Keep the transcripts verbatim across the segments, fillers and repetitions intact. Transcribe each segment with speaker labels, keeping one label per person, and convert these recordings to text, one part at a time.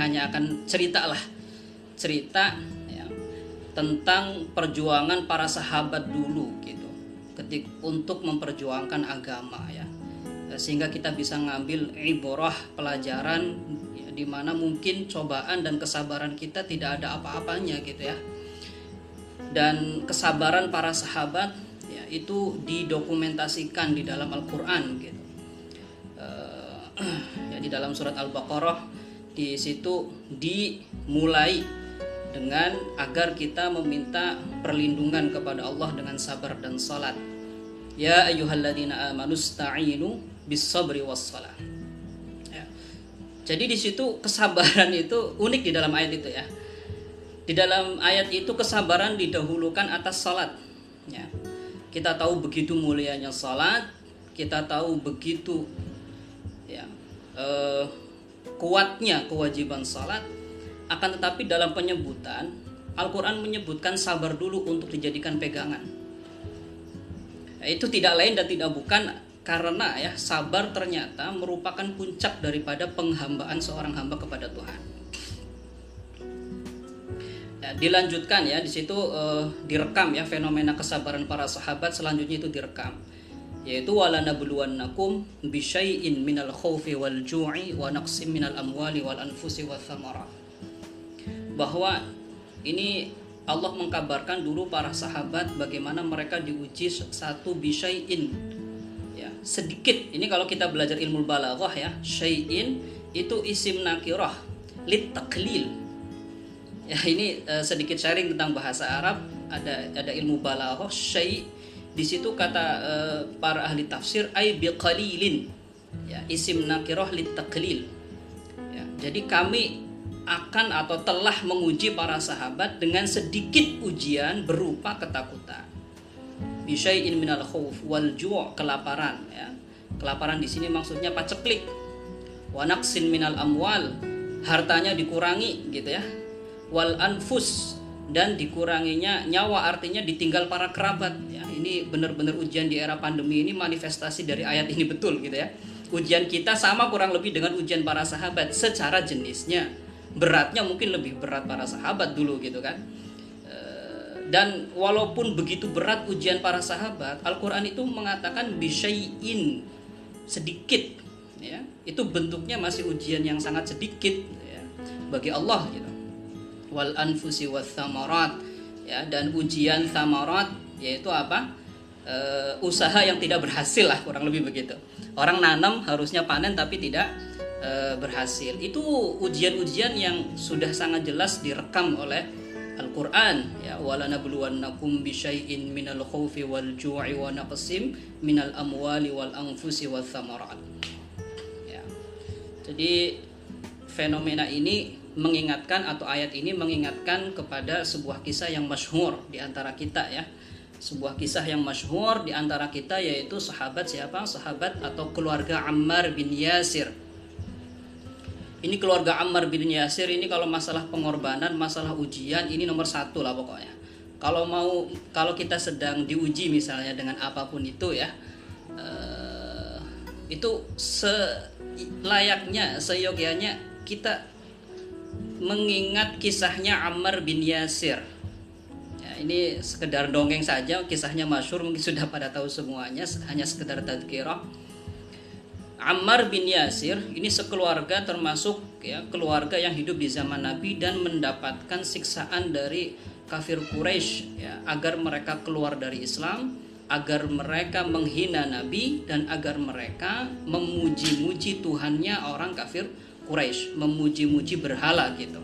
Speaker 1: hanya akan cerita lah, cerita ya, tentang perjuangan para sahabat dulu gitu, ketik untuk memperjuangkan agama ya, sehingga kita bisa ngambil ibrah, pelajaran ya, di mana mungkin cobaan dan kesabaran kita tidak ada apa-apanya gitu ya. Dan kesabaran para sahabat ya, itu didokumentasikan di dalam Al-Qur'an gitu. Ya, di dalam surat Al-Baqarah di situ dimulai dengan agar kita meminta perlindungan kepada Allah dengan sabar dan salat. Ya ayyuhalladzina amanu sta'inu bis-sabri was-salah. Ya. Jadi di situ kesabaran itu unik di dalam ayat itu ya. Di dalam ayat itu kesabaran didahulukan atas salat. Ya. Kita tahu begitu mulianya salat, kita tahu begitu ya, eh, kuatnya kewajiban salat, akan tetapi dalam penyebutan Al-Quran menyebutkan sabar dulu untuk dijadikan pegangan. Ya, itu tidak lain dan tidak bukan karena ya sabar ternyata merupakan puncak daripada penghambaan seorang hamba kepada Tuhan. Ya, dilanjutkan ya di situ eh, direkam ya fenomena kesabaran para sahabat, selanjutnya itu direkam, yaitu walanabluwannakum bisyai'in minal khaufi wal ju'i wa naqsim minal amwali wal anfusi wath thamarat. Bahwa ini Allah mengkabarkan dulu para sahabat bagaimana mereka diuji satu bisyai'in ya, sedikit. Ini kalau kita belajar ilmu balaghah ya, syai'in itu isim nakirah lit taklil. Ya, ini uh, sedikit sharing tentang bahasa Arab, ada ada ilmu balaghah. Syai' di situ kata uh, para ahli tafsir ay biqalilin ya, isim nakirah lit taklil ya, jadi kami akan atau telah menguji para sahabat dengan sedikit ujian berupa ketakutan, bisyai'in minal khauf wal ju', kelaparan ya. Kelaparan di sini maksudnya paceklik, wa naqsin minal amwal, hartanya dikurangi gitu ya, wal anfus, dan dikuranginya nyawa, artinya ditinggal para kerabat ya. Ini benar-benar ujian di era pandemi ini, manifestasi dari ayat ini betul gitu ya. Ujian kita sama kurang lebih dengan ujian para sahabat secara jenisnya, beratnya mungkin lebih berat para sahabat dulu gitu kan. Dan walaupun begitu berat ujian para sahabat, Al-Quran itu mengatakan bisyai'in, sedikit ya, itu bentuknya masih ujian yang sangat sedikit ya, bagi Allah gitu. Wal anfusi wath thamarat ya, dan ujian thamarat yaitu apa? E, usaha yang tidak berhasil lah, kurang lebih begitu. Orang nanam harusnya panen tapi tidak e, berhasil. Itu ujian-ujian yang sudah sangat jelas direkam oleh Al-Quran ya, walanabluwannakum bisyai'in minal khaufi wal ju'i wa naqsim minal amwali wal anfusi wath thamarat. Ya. Jadi fenomena ini mengingatkan, atau ayat ini mengingatkan kepada sebuah kisah yang masyhur di antara kita ya. Sebuah kisah yang masyhur di antara kita, yaitu sahabat siapa? Sahabat atau keluarga Ammar bin Yasir. Ini keluarga Ammar bin Yasir ini kalau masalah pengorbanan, masalah ujian, ini nomor satu lah pokoknya. Kalau mau, kalau kita sedang diuji misalnya dengan apapun itu ya, uh, itu selayaknya, seyogyanya kita mengingat kisahnya Ammar bin Yasir. Ya, ini sekedar dongeng saja, kisahnya masyhur, mungkin sudah pada tahu semuanya, hanya sekedar tadzkirah. Ammar bin Yasir ini sekeluarga termasuk ya, keluarga yang hidup di zaman Nabi dan mendapatkan siksaan dari kafir Quraisy ya, agar mereka keluar dari Islam, agar mereka menghina Nabi, dan agar mereka memuji-muji Tuhannya orang kafir Quraisy, memuji-muji berhala gitu.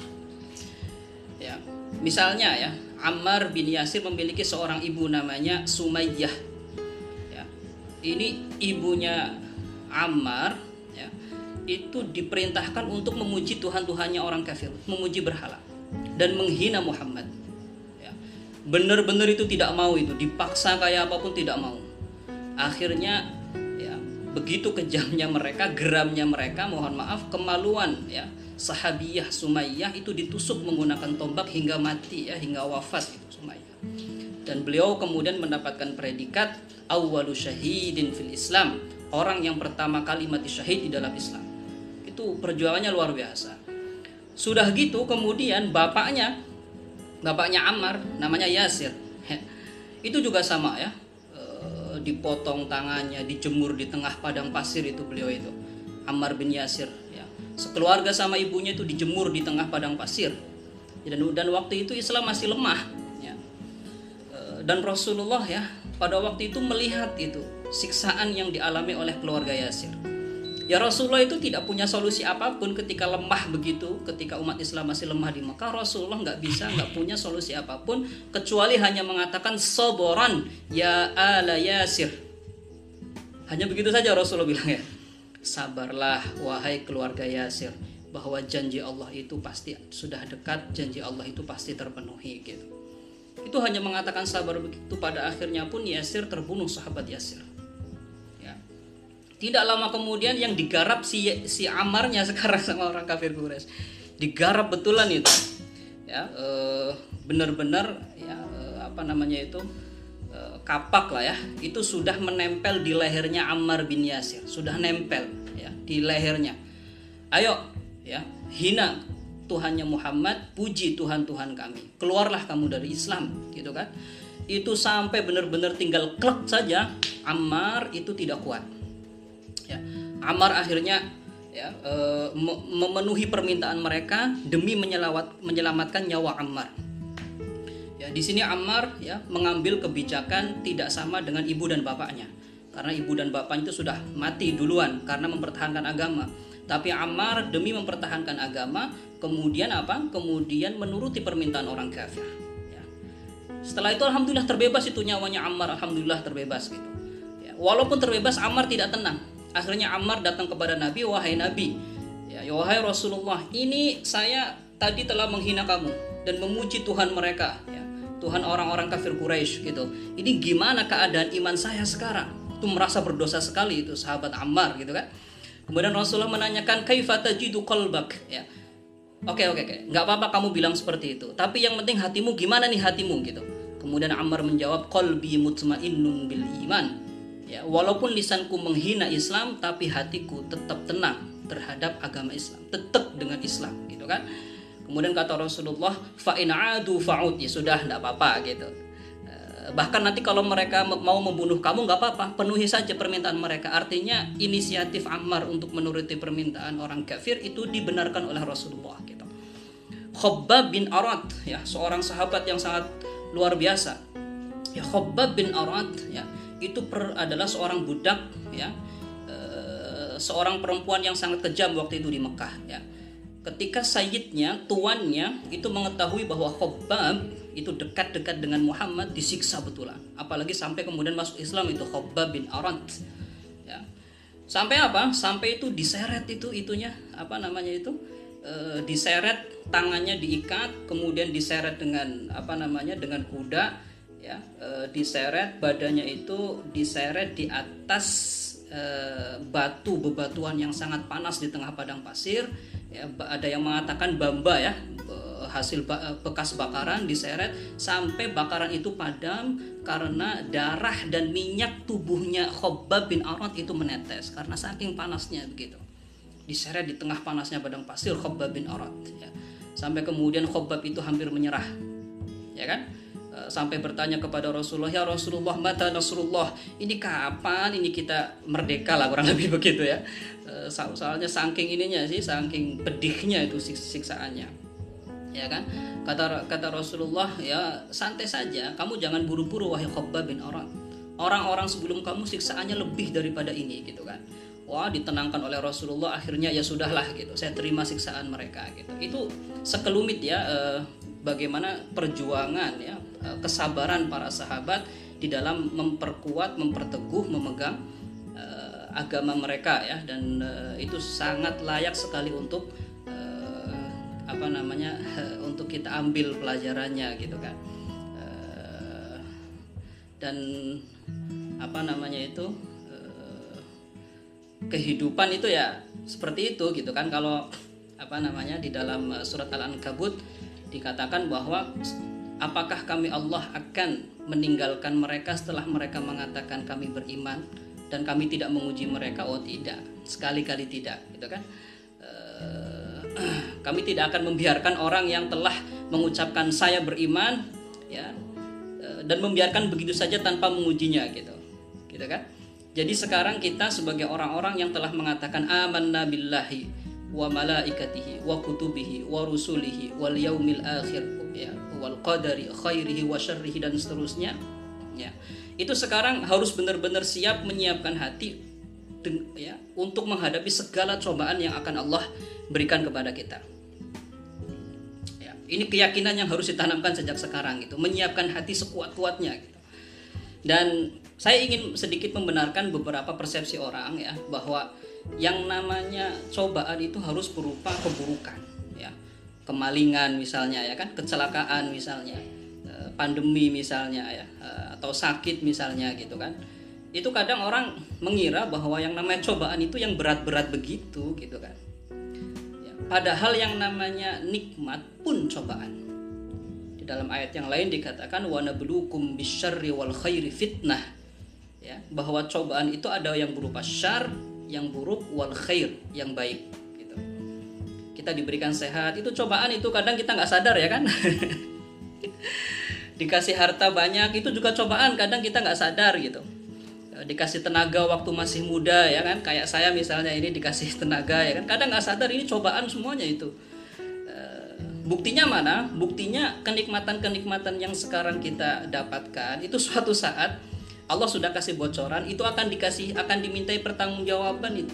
Speaker 1: Ya, misalnya ya, Ammar bin Yasir memiliki seorang ibu namanya Sumayyah. Ya, ini ibunya Ammar ya, itu diperintahkan untuk memuji Tuhan-Tuhannya orang kafir, memuji berhala dan menghina Muhammad. Ya, benar-benar itu tidak mau, itu dipaksa kayak apapun tidak mau. Akhirnya begitu kejamnya mereka, geramnya mereka, mohon maaf, kemaluan ya, sahabiyah Sumayyah itu ditusuk menggunakan tombak hingga mati ya, hingga wafat itu Sumayyah. Dan beliau kemudian mendapatkan predikat awwalu syahidin fil Islam, orang yang pertama kali mati syahid di dalam Islam. Itu perjuangannya luar biasa. Sudah gitu kemudian bapaknya, bapaknya Ammar namanya Yasir. Itu juga sama ya. E, dipotong tangannya, dijemur di tengah padang pasir itu beliau itu. Ammar bin Yasir ya. Sekeluarga sama ibunya itu dijemur di tengah padang pasir. Dan dan waktu itu Islam masih lemah ya. E, dan Rasulullah ya pada waktu itu melihat itu siksaan yang dialami oleh keluarga Yasir. Ya Rasulullah itu tidak punya solusi apapun ketika lemah begitu, ketika umat Islam masih lemah di Mekah. Rasulullah nggak bisa, nggak punya solusi apapun kecuali hanya mengatakan sabaran ya ala Yasir. Hanya begitu saja Rasulullah bilang ya. Sabarlah wahai keluarga Yasir, bahwa janji Allah itu pasti sudah dekat, janji Allah itu pasti terpenuhi gitu. Itu hanya mengatakan sabar begitu, pada akhirnya pun Yasir terbunuh, sahabat Yasir. Tidak lama kemudian yang digarap si si Ammarnya sekarang sama orang kafir Quraisy. Digarap betulan itu. Ya, e, benar-benar ya e, apa namanya itu? E, kapak lah ya. Itu sudah menempel di lehernya Ammar bin Yasir. Sudah nempel ya di lehernya. Ayo ya, hina Tuhannya Muhammad, puji Tuhan-Tuhan kami. Keluarlah kamu dari Islam, gitu kan? Itu sampai benar-benar tinggal klek saja, Ammar itu tidak kuat. Ya, Ammar akhirnya ya, e, memenuhi permintaan mereka demi menyelawat, menyelamatkan nyawa Ammar. Ya, di sini Ammar ya mengambil kebijakan tidak sama dengan ibu dan bapaknya, karena ibu dan bapaknya itu sudah mati duluan karena mempertahankan agama. Tapi Ammar demi mempertahankan agama, kemudian apa? Kemudian menuruti permintaan orang kafir. Ya. Setelah itu alhamdulillah terbebas itu nyawanya Ammar, alhamdulillah terbebas gitu. Ya, walaupun terbebas Ammar tidak tenang. Akhirnya Ammar datang kepada Nabi, wahai Nabi, ya, wahai Rasulullah, ini saya tadi telah menghina kamu dan memuji Tuhan mereka, ya, Tuhan orang-orang kafir Quraisy gitu. Ini gimana keadaan iman saya sekarang? Itu merasa berdosa sekali itu sahabat Ammar gitu kan. Kemudian Rasulullah menanyakan, kaifa tajidu qalbak? Ya, oke oke oke, nggak apa-apa kamu bilang seperti itu. Tapi yang penting hatimu gimana nih hatimu gitu. Kemudian Ammar menjawab, qalbi mutmainnun bil iman. Ya, walaupun lisanku menghina Islam, tapi hatiku tetap tenang terhadap agama Islam, tetap dengan Islam, gitu kan? Kemudian kata Rasulullah, fa in adu fa'ud, ya sudah, tidak apa-apa, gitu. E, bahkan nanti kalau mereka mau membunuh kamu, nggak apa-apa, penuhi saja permintaan mereka. Artinya inisiatif Ammar untuk menuruti permintaan orang kafir itu dibenarkan oleh Rasulullah, gitu. Khabbab bin Arad, ya, seorang sahabat yang sangat luar biasa. Ya, Khabbab bin Arad, ya. Itu per, adalah seorang budak ya, e, seorang perempuan yang sangat kejam waktu itu di Mekah ya. Ketika sayyidnya, tuannya itu mengetahui bahwa Khabbab itu dekat-dekat dengan Muhammad, disiksa betulan. Apalagi sampai kemudian masuk Islam itu Khabbab bin Arad ya. Sampai apa? Sampai itu diseret itu itunya apa namanya itu? E, diseret, tangannya diikat, kemudian diseret dengan apa namanya? dengan kuda. Ya, e, diseret, badannya itu diseret di atas e, batu bebatuan yang sangat panas di tengah padang pasir. Ya, ada yang mengatakan bamba ya, e, hasil ba- bekas bakaran diseret sampai bakaran itu padam karena darah dan minyak tubuhnya Khabbab bin Arad itu menetes karena saking panasnya begitu. Diseret di tengah panasnya padang pasir Khabbab bin Arad. Ya. Sampai kemudian Khabbab itu hampir menyerah, ya kan? Sampai bertanya kepada Rasulullah, ya Rasulullah, mata Nasrullah, ini kapan ini kita merdeka lah, kurang lebih begitu ya. Soalnya saking ininya sih, saking pedihnya itu siksaannya, ya kan. Kata kata Rasulullah, ya santai saja, kamu jangan buru-buru wahai Khabbab bin Arad. Orang-orang sebelum kamu siksaannya lebih daripada ini gitu kan. Wah, ditenangkan oleh Rasulullah, akhirnya ya sudahlah gitu, saya terima siksaan mereka gitu. Itu sekelumit ya eh, bagaimana perjuangan ya, kesabaran para sahabat di dalam memperkuat, memperteguh, memegang uh, agama mereka ya, dan uh, itu sangat layak sekali untuk uh, apa namanya uh, untuk kita ambil pelajarannya gitu kan. Uh, dan apa namanya itu uh, kehidupan itu ya seperti itu gitu kan. Kalau apa namanya di dalam surat Al-Ankabut dikatakan bahwa apakah kami Allah akan meninggalkan mereka setelah mereka mengatakan kami beriman dan kami tidak menguji mereka? Oh tidak, sekali-kali tidak, gitu kan? uh, kami tidak akan membiarkan orang yang telah mengucapkan saya beriman, ya, uh, dan membiarkan begitu saja tanpa mengujinya, gitu, gitu kan? Jadi sekarang kita sebagai orang-orang yang telah mengatakan amanna billahi wa malaikatihi wa kutubihi wa rusulihi wal yaumil akhir, ya, wal qadari khairihi wa syarrihi, dan seterusnya, ya. Itu sekarang harus benar-benar siap menyiapkan hati, ya, untuk menghadapi segala cobaan yang akan Allah berikan kepada kita. Ya, ini keyakinan yang harus ditanamkan sejak sekarang, gitu, menyiapkan hati sekuat-kuatnya, gitu. Dan saya ingin sedikit membenarkan beberapa persepsi orang, ya, bahwa yang namanya cobaan itu harus berupa keburukan, ya, kemalingan misalnya, ya kan, kecelakaan misalnya, pandemi misalnya, ya, atau sakit misalnya, gitu kan. Itu kadang orang mengira bahwa yang namanya cobaan itu yang berat-berat begitu, gitu kan, ya, padahal yang namanya nikmat pun cobaan. Di dalam ayat yang lain dikatakan wa nabluukum bisyarri wal khairi fitnah, ya, bahwa cobaan itu ada yang berupa syar, yang buruk, wal khair, yang baik, gitu. Kita diberikan sehat, itu cobaan, itu kadang kita nggak sadar, ya kan. Dikasih harta banyak, itu juga cobaan, kadang kita nggak sadar, gitu. Dikasih tenaga waktu masih muda, ya kan, kayak saya misalnya ini dikasih tenaga, ya kan, kadang nggak sadar ini cobaan semuanya itu. Buktinya mana? Buktinya kenikmatan-kenikmatan yang sekarang kita dapatkan itu suatu saat Allah sudah kasih bocoran, itu akan dikasih, akan dimintai pertanggungjawaban itu.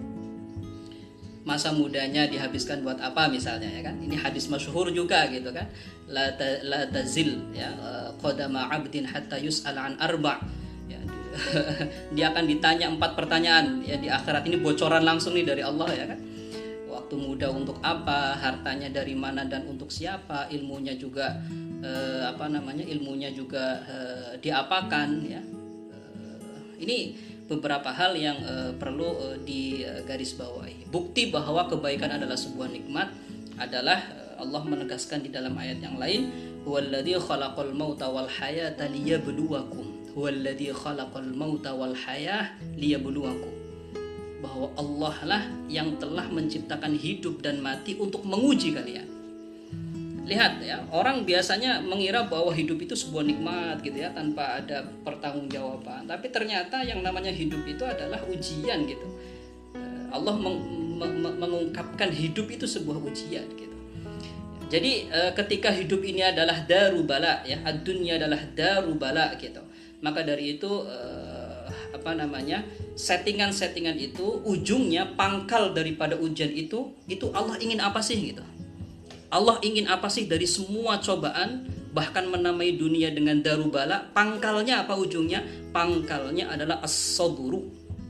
Speaker 1: Masa mudanya dihabiskan buat apa misalnya, ya kan? Ini hadis masyhur juga, gitu kan. La ta, la tazil, ya, qadama 'abdin hatta yus'al an arba'. Ya, dia akan ditanya empat pertanyaan, ya, di akhirat. Ini bocoran langsung nih dari Allah, ya kan. Waktu muda untuk apa, hartanya dari mana dan untuk siapa, ilmunya juga eh, apa namanya? ilmunya juga eh, diapakan, ya. Ini beberapa hal yang uh, perlu uh, digarisbawahi. Bukti bahwa kebaikan adalah sebuah nikmat adalah uh, Allah menegaskan di dalam ayat yang lain, huwallazi khalaqal mauta wal hayata liyabluwakum. Huwallazi khalaqal mauta wal hayah liyabluwakum. Bahwa Allah lah yang telah menciptakan hidup dan mati untuk menguji kalian. Lihat, ya, orang biasanya mengira bahwa hidup itu sebuah nikmat, gitu ya, tanpa ada pertanggungjawaban. Tapi ternyata yang namanya hidup itu adalah ujian, gitu. Allah meng- meng- mengungkapkan hidup itu sebuah ujian, gitu. Jadi ketika hidup ini adalah darubala, ya, ad-dunya adalah darubala, gitu. Maka dari itu apa namanya? settingan-settingan itu ujungnya, pangkal daripada ujian itu, itu Allah ingin apa sih, gitu. Allah ingin apa sih dari semua cobaan, bahkan menamai dunia dengan darubala, pangkalnya apa ujungnya? Pangkalnya adalah as-sabru.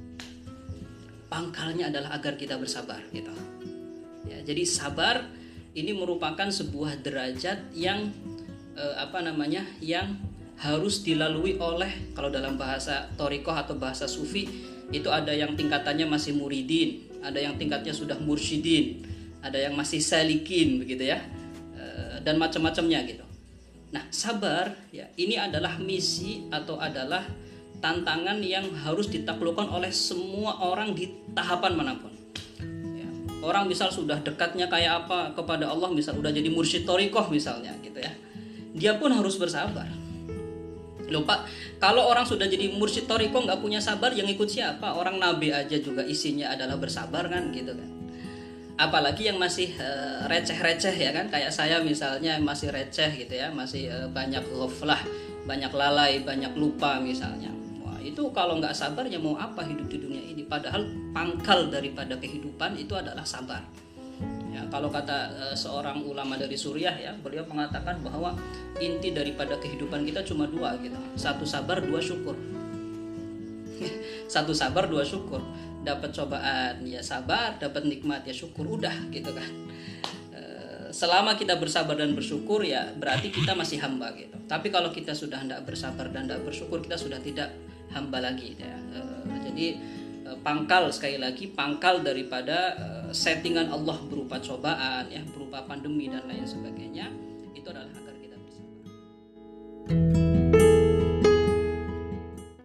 Speaker 1: Pangkalnya adalah agar kita bersabar, gitu. Ya, jadi sabar ini merupakan sebuah derajat yang eh, apa namanya? yang harus dilalui oleh, kalau dalam bahasa thariqah atau bahasa sufi, itu ada yang tingkatannya masih muridin, ada yang tingkatnya sudah mursyidin, ada yang masih salikin, begitu ya, dan macam-macamnya, gitu. Nah, sabar, ya, ini adalah misi atau adalah tantangan yang harus ditaklukkan oleh semua orang di tahapan manapun. Ya, orang misal sudah dekatnya kayak apa kepada Allah, misal udah jadi mursyid thariqah misalnya, gitu ya, dia pun harus bersabar. Loh Pak, kalau orang sudah jadi mursyid thariqah nggak punya sabar, yang ikut siapa? Orang nabi aja juga isinya adalah bersabar, kan, gitu kan. Apalagi yang masih uh, receh-receh, ya kan, kayak saya misalnya masih receh, gitu ya, masih uh, banyak ghaflah, banyak lalai, banyak lupa misalnya. Wah, itu kalau nggak sabar ya mau apa hidup di dunia ini? Padahal pangkal daripada kehidupan itu adalah sabar. Ya, kalau kata uh, seorang ulama dari Suriah, ya, beliau mengatakan bahwa inti daripada kehidupan kita cuma dua, gitu. Satu sabar, dua syukur. Satu sabar, dua syukur. Dapat cobaan ya sabar, dapat nikmat ya syukur, udah, gitu kan. E, selama kita bersabar dan bersyukur, ya berarti kita masih hamba, gitu. Tapi kalau kita sudah tidak bersabar dan tidak bersyukur, kita sudah tidak hamba lagi, ya. E, jadi e, pangkal, sekali lagi, pangkal daripada e, settingan Allah berupa cobaan, ya, berupa pandemi dan lain sebagainya, itu adalah